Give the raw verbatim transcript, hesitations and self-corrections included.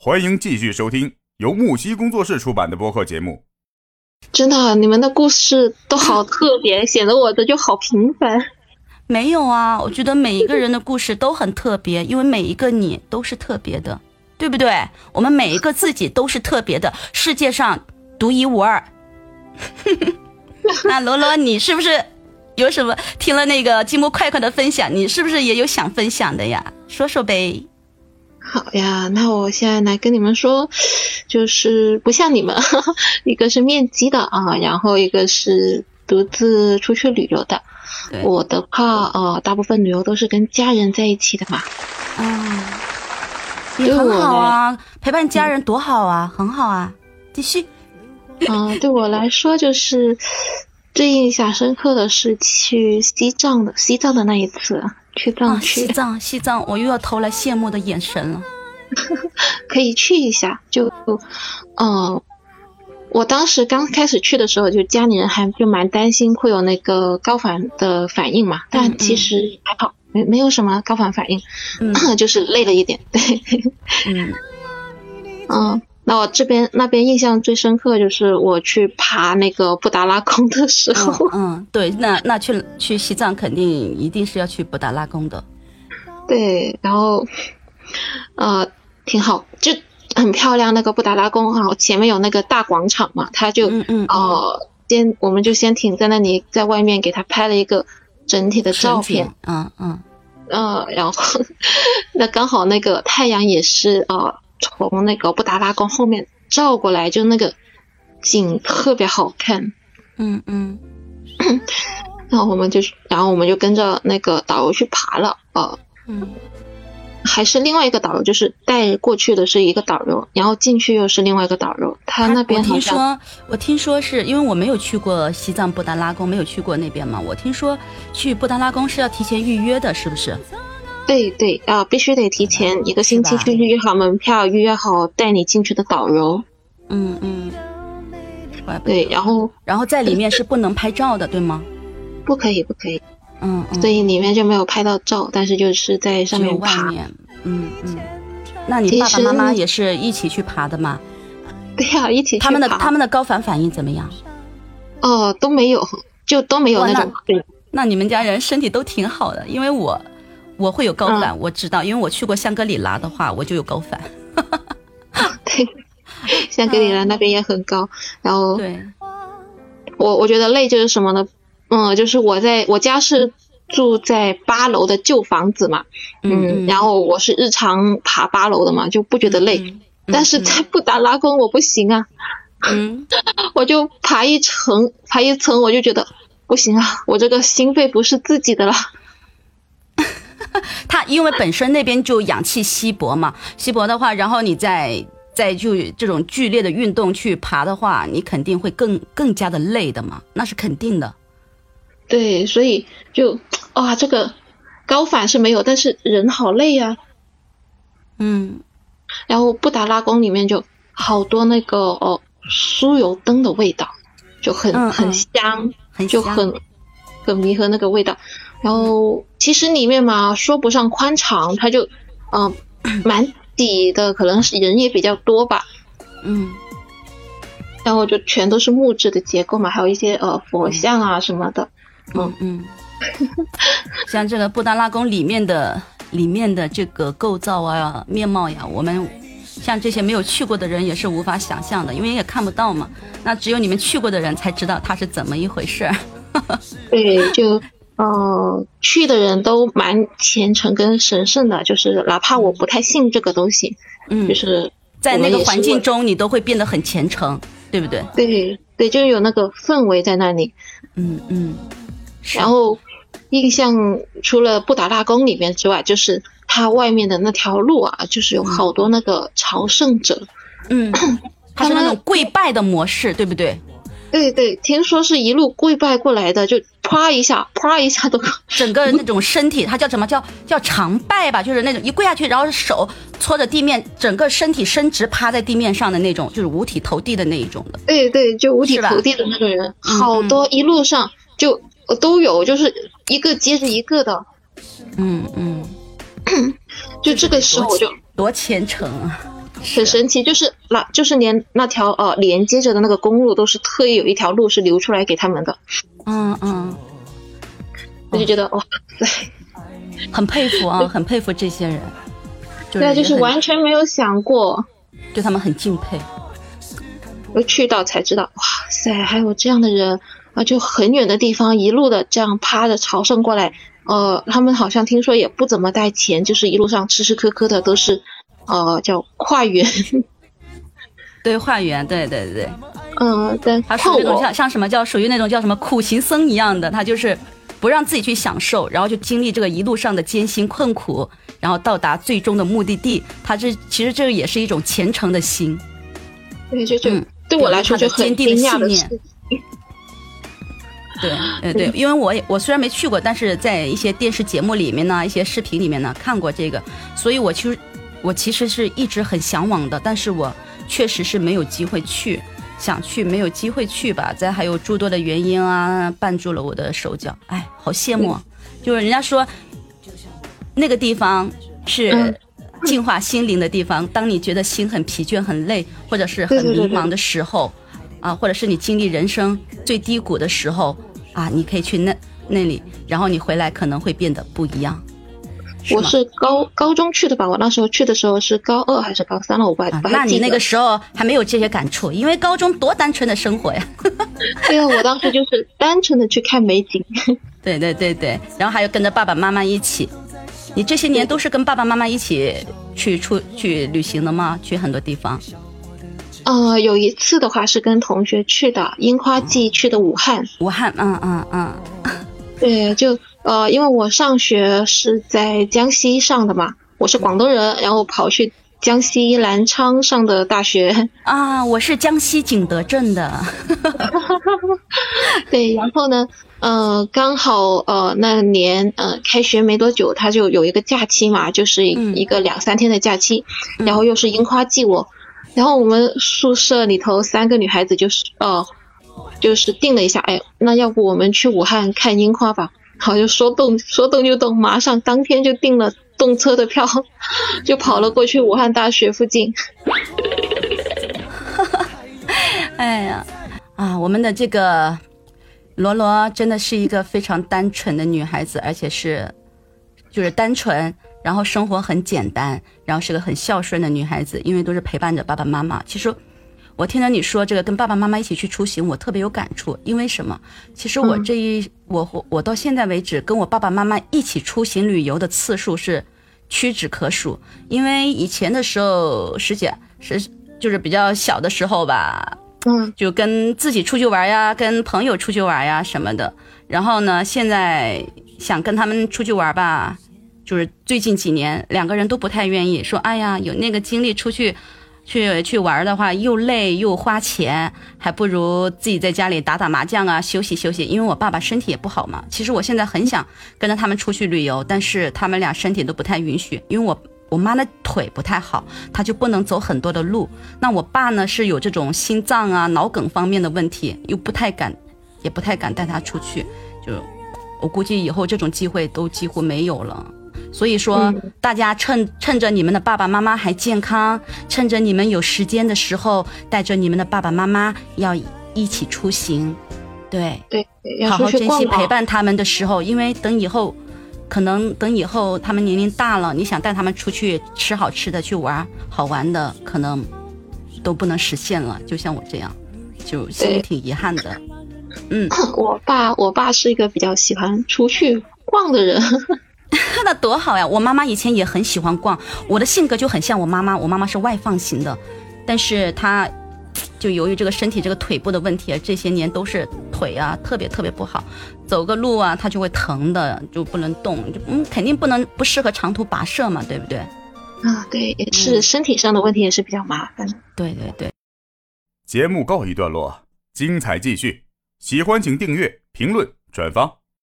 欢迎继续收听由木西工作室出版的播客节目。 真的，你们的故事都好特别，显得我的就好平凡。 没有啊，我觉得每一个人的故事都很特别，因为每一个你都是特别的，对不对？我们每一个自己都是特别的，世界上独一无二。那罗罗，你是不是有什么听了那个积木快快的分享，你是不是也有想分享的呀？说说呗。 好呀，那我现在来跟你们说，就是不像你们，呵呵，一个是面基的啊，然后一个是独自出去旅游的。我的话，呃，大部分旅游都是跟家人在一起的嘛。 嗯，也很好啊，陪伴家人多好啊，很好啊。继续。 嗯、呃，对我来说，就是最印象深刻的是去西藏的，西藏的那一次。去藏区、 啊、西藏西藏我又要投来羡慕的眼神了。 可以去一下，就呃我当时刚开始去的时候，就家里人还就蛮担心会有那个高反的反应嘛，但其实还好，没没有什么高反反应，嗯、就是累了一点。对，嗯嗯，那我这边那边印象最深刻就是我去爬那个布达拉宫的时候。 嗯, 嗯对，那那去去西藏肯定一定是要去布达拉宫的。 对，然后呃挺好，就很漂亮，那个布达拉宫哈，前面有那个大广场嘛，他就嗯嗯呃先我们就先停在那里，在外面给他拍了一个整体的照片。 嗯嗯呃然后那刚好那个太阳也是呃从那个布达拉宫后面照过来，就那个景特别好看。 嗯嗯然后我们就然后我们就跟着那个导游去爬了。呃嗯还是另外一个导游，就是带过去的是一个导游，然后进去又是另外一个导游。他那边我听说我听说是因为我没有去过西藏布达拉宫，没有去过那边嘛，我听说去布达拉宫是要提前预约的，是不是？ 对对啊、呃，必须得提前一个星期去预约好门票，预约好带你进去的导游。 嗯嗯， 对，然后然后在里面是不能拍照的，对吗？ 不可以不可以。 嗯, 嗯， 所以里面就没有拍到照，但是就是在上面爬。 外面，嗯嗯。那你爸爸妈妈也是一起去爬的吗？ 对呀、啊，一起去爬。 他们的他们的高反反应怎么样？ 哦，都没有，就都没有那种。 那, 那你们家人身体都挺好的，因为我我会有高反、嗯，我知道，因为我去过香格里拉的话，我就有高反。 对，香格里拉那边也很高，然后对， 我我觉得累就是什么呢？嗯，就是我在我家是住在八楼的旧房子嘛，嗯，嗯然后我是日常爬八楼的嘛，就不觉得累，嗯、但是在布达拉宫我不行啊， 嗯， 我就爬一层，爬一层我就觉得不行啊，我这个心肺不是自己的了。 它因为本身那边就氧气稀薄嘛，稀薄的话，然后你再再就这种剧烈的运动去爬的话，你肯定会更更加的累的嘛，那是肯定的。 对，所以就哇，这个高反是没有，但是人好累啊。 嗯， 然后布达拉宫里面就好多那个哦酥油灯的味道，就很、嗯、很香， 很就很很弥合那个味道。然后其实里面嘛说不上宽敞，它就嗯、呃、蛮挤的，可能是人也比较多吧。 嗯。 然后就全都是木质的结构嘛，还有一些呃佛像啊什么的。 嗯嗯，像这个布达拉宫里面的里面的这个构造啊面貌呀，我们像这些没有去过的人也是无法想象的，因为也看不到嘛。那只有你们去过的人才知道它是怎么一回事。 对，就呃去的人都蛮虔诚跟神圣的，就是哪怕我不太信这个东西， 嗯， 就是在那个环境中你都会变得很虔诚，对不对？ 对对，就有那个氛围在那里。 嗯嗯。 然后印象除了布达拉宫里面之外，就是它外面的那条路啊，就是有好多那个朝圣者。 嗯，它是那种跪拜的模式，对不对？ 对对，听说是一路跪拜过来的，就啪一下啪一下都整个那种身体，它叫什么叫叫长拜吧，就是那种一跪下去，然后手搓着地面，整个身体伸直趴在地面上的那种，就是五体投地的那一种的。 对对，就五体投地的那种人，好多，一路上就都有，就是一个接着一个的。 嗯嗯， 就这个时候我就多虔诚啊！ 很神奇，就是那就是连那条呃连接着的那个公路都是特意有一条路是留出来给他们的。 嗯嗯， 我就觉得哇塞， 很佩服啊，很佩服这些人。就是、 对啊，就是完全没有想过， 对他们很敬佩。 我去到才知道，哇塞，还有这样的人啊！就很远的地方一路的这样趴着朝圣过来，呃，他们好像听说也不怎么带钱，就是一路上吃吃喝喝的都是，呃，叫化缘。 对，化缘，对对对。 嗯，对， 他属于那种像像什么叫属于那种叫什么苦行僧一样的，他就是不让自己去享受，然后就经历这个一路上的艰辛困苦，然后到达最终的目的地。他这其实这也是一种虔诚的心。 对，就就、 嗯、 对我来说就很惊讶的信念。对，呃对，因为我也我虽然没去过，但是在一些电视节目里面呢，一些视频里面呢看过这个，所以我其实我其实是一直很向往的，但是我确实是没有机会去。想去没有机会去吧，再还有诸多的原因啊绊住了我的手脚，哎，好羡慕、啊嗯、就是人家说那个地方是净化心灵的地方、嗯、当你觉得心很疲倦很累或者是很迷茫的时候，对对对对啊，或者是你经历人生最低谷的时候啊，你可以去那那里，然后你回来可能会变得不一样。 我是高高中去的吧，我那时候去的时候是高二还是高三了，我不还、啊、 那你那个时候还没有这些感触，因为高中多单纯的生活呀。 对啊，我当时就是单纯的去看美景。 对对对对，然后还有跟着爸爸妈妈一起。你这些年都是跟爸爸妈妈一起去出去旅行的吗？去很多地方？ 呃，有一次的话是跟同学去的，樱花季去的武汉。 武汉，嗯嗯嗯。 对，就呃，因为我上学是在江西上的嘛，我是广东人，然后跑去江西南昌上的大学。 啊，我是江西景德镇的。 对，然后呢，呃，刚好呃那年呃开学没多久，他就有一个假期嘛，就是一个两三天的假期，嗯、然后又是樱花季我，然后我们宿舍里头三个女孩子就是呃。就是定了一下，哎，那要不我们去武汉看樱花吧？好，就说动说动就动，马上当天就订了动车的票，就跑了过去武汉大学附近。 哎呀，啊，我们的这个罗罗真的是一个非常单纯的女孩子，而且是就是单纯，然后生活很简单，然后是个很孝顺的女孩子，因为都是陪伴着爸爸妈妈。其实我听着你说这个跟爸爸妈妈一起去出行，我特别有感触。因为什么？其实我这一、嗯、我我到现在为止跟我爸爸妈妈一起出行旅游的次数是屈指可数。因为以前的时候，师姐是就是比较小的时候吧， 嗯， 就跟自己出去玩呀，跟朋友出去玩呀什么的。然后呢，现在想跟他们出去玩吧，就是最近几年两个人都不太愿意，说哎呀，有那个精力出去。去去玩的话又累又花钱，还不如自己在家里打打麻将啊，休息休息。因为我爸爸身体也不好嘛，其实我现在很想跟着他们出去旅游，但是他们俩身体都不太允许。因为我我妈的腿不太好，她就不能走很多的路。那我爸呢是有这种心脏啊脑梗方面的问题，又不太敢也不太敢带他出去，就我估计以后这种机会都几乎没有了。所以说大家趁趁着你们的爸爸妈妈还健康，趁着你们有时间的时候，带着你们的爸爸妈妈要一起出行。对对， 好好珍惜陪伴他们的时候，因为等以后可能等以后他们年龄大了，你想带他们出去吃好吃的去玩好玩的，可能都不能实现了。就像我这样，就心里挺遗憾的。嗯， 我爸我爸是一个比较喜欢出去逛的人。 那多好呀！我妈妈以前也很喜欢逛，我的性格就很像我妈妈。我妈妈是外放型的，但是她就由于这个身体这个腿部的问题，这些年都是腿啊特别特别不好，走个路啊她就会疼的，就不能动，就嗯肯定不能不适合长途跋涉嘛，对不对？ 啊，对，也是身体上的问题也是比较麻烦的。 嗯、对对对。 节目告一段落，精彩继续，喜欢请订阅、评论、转发。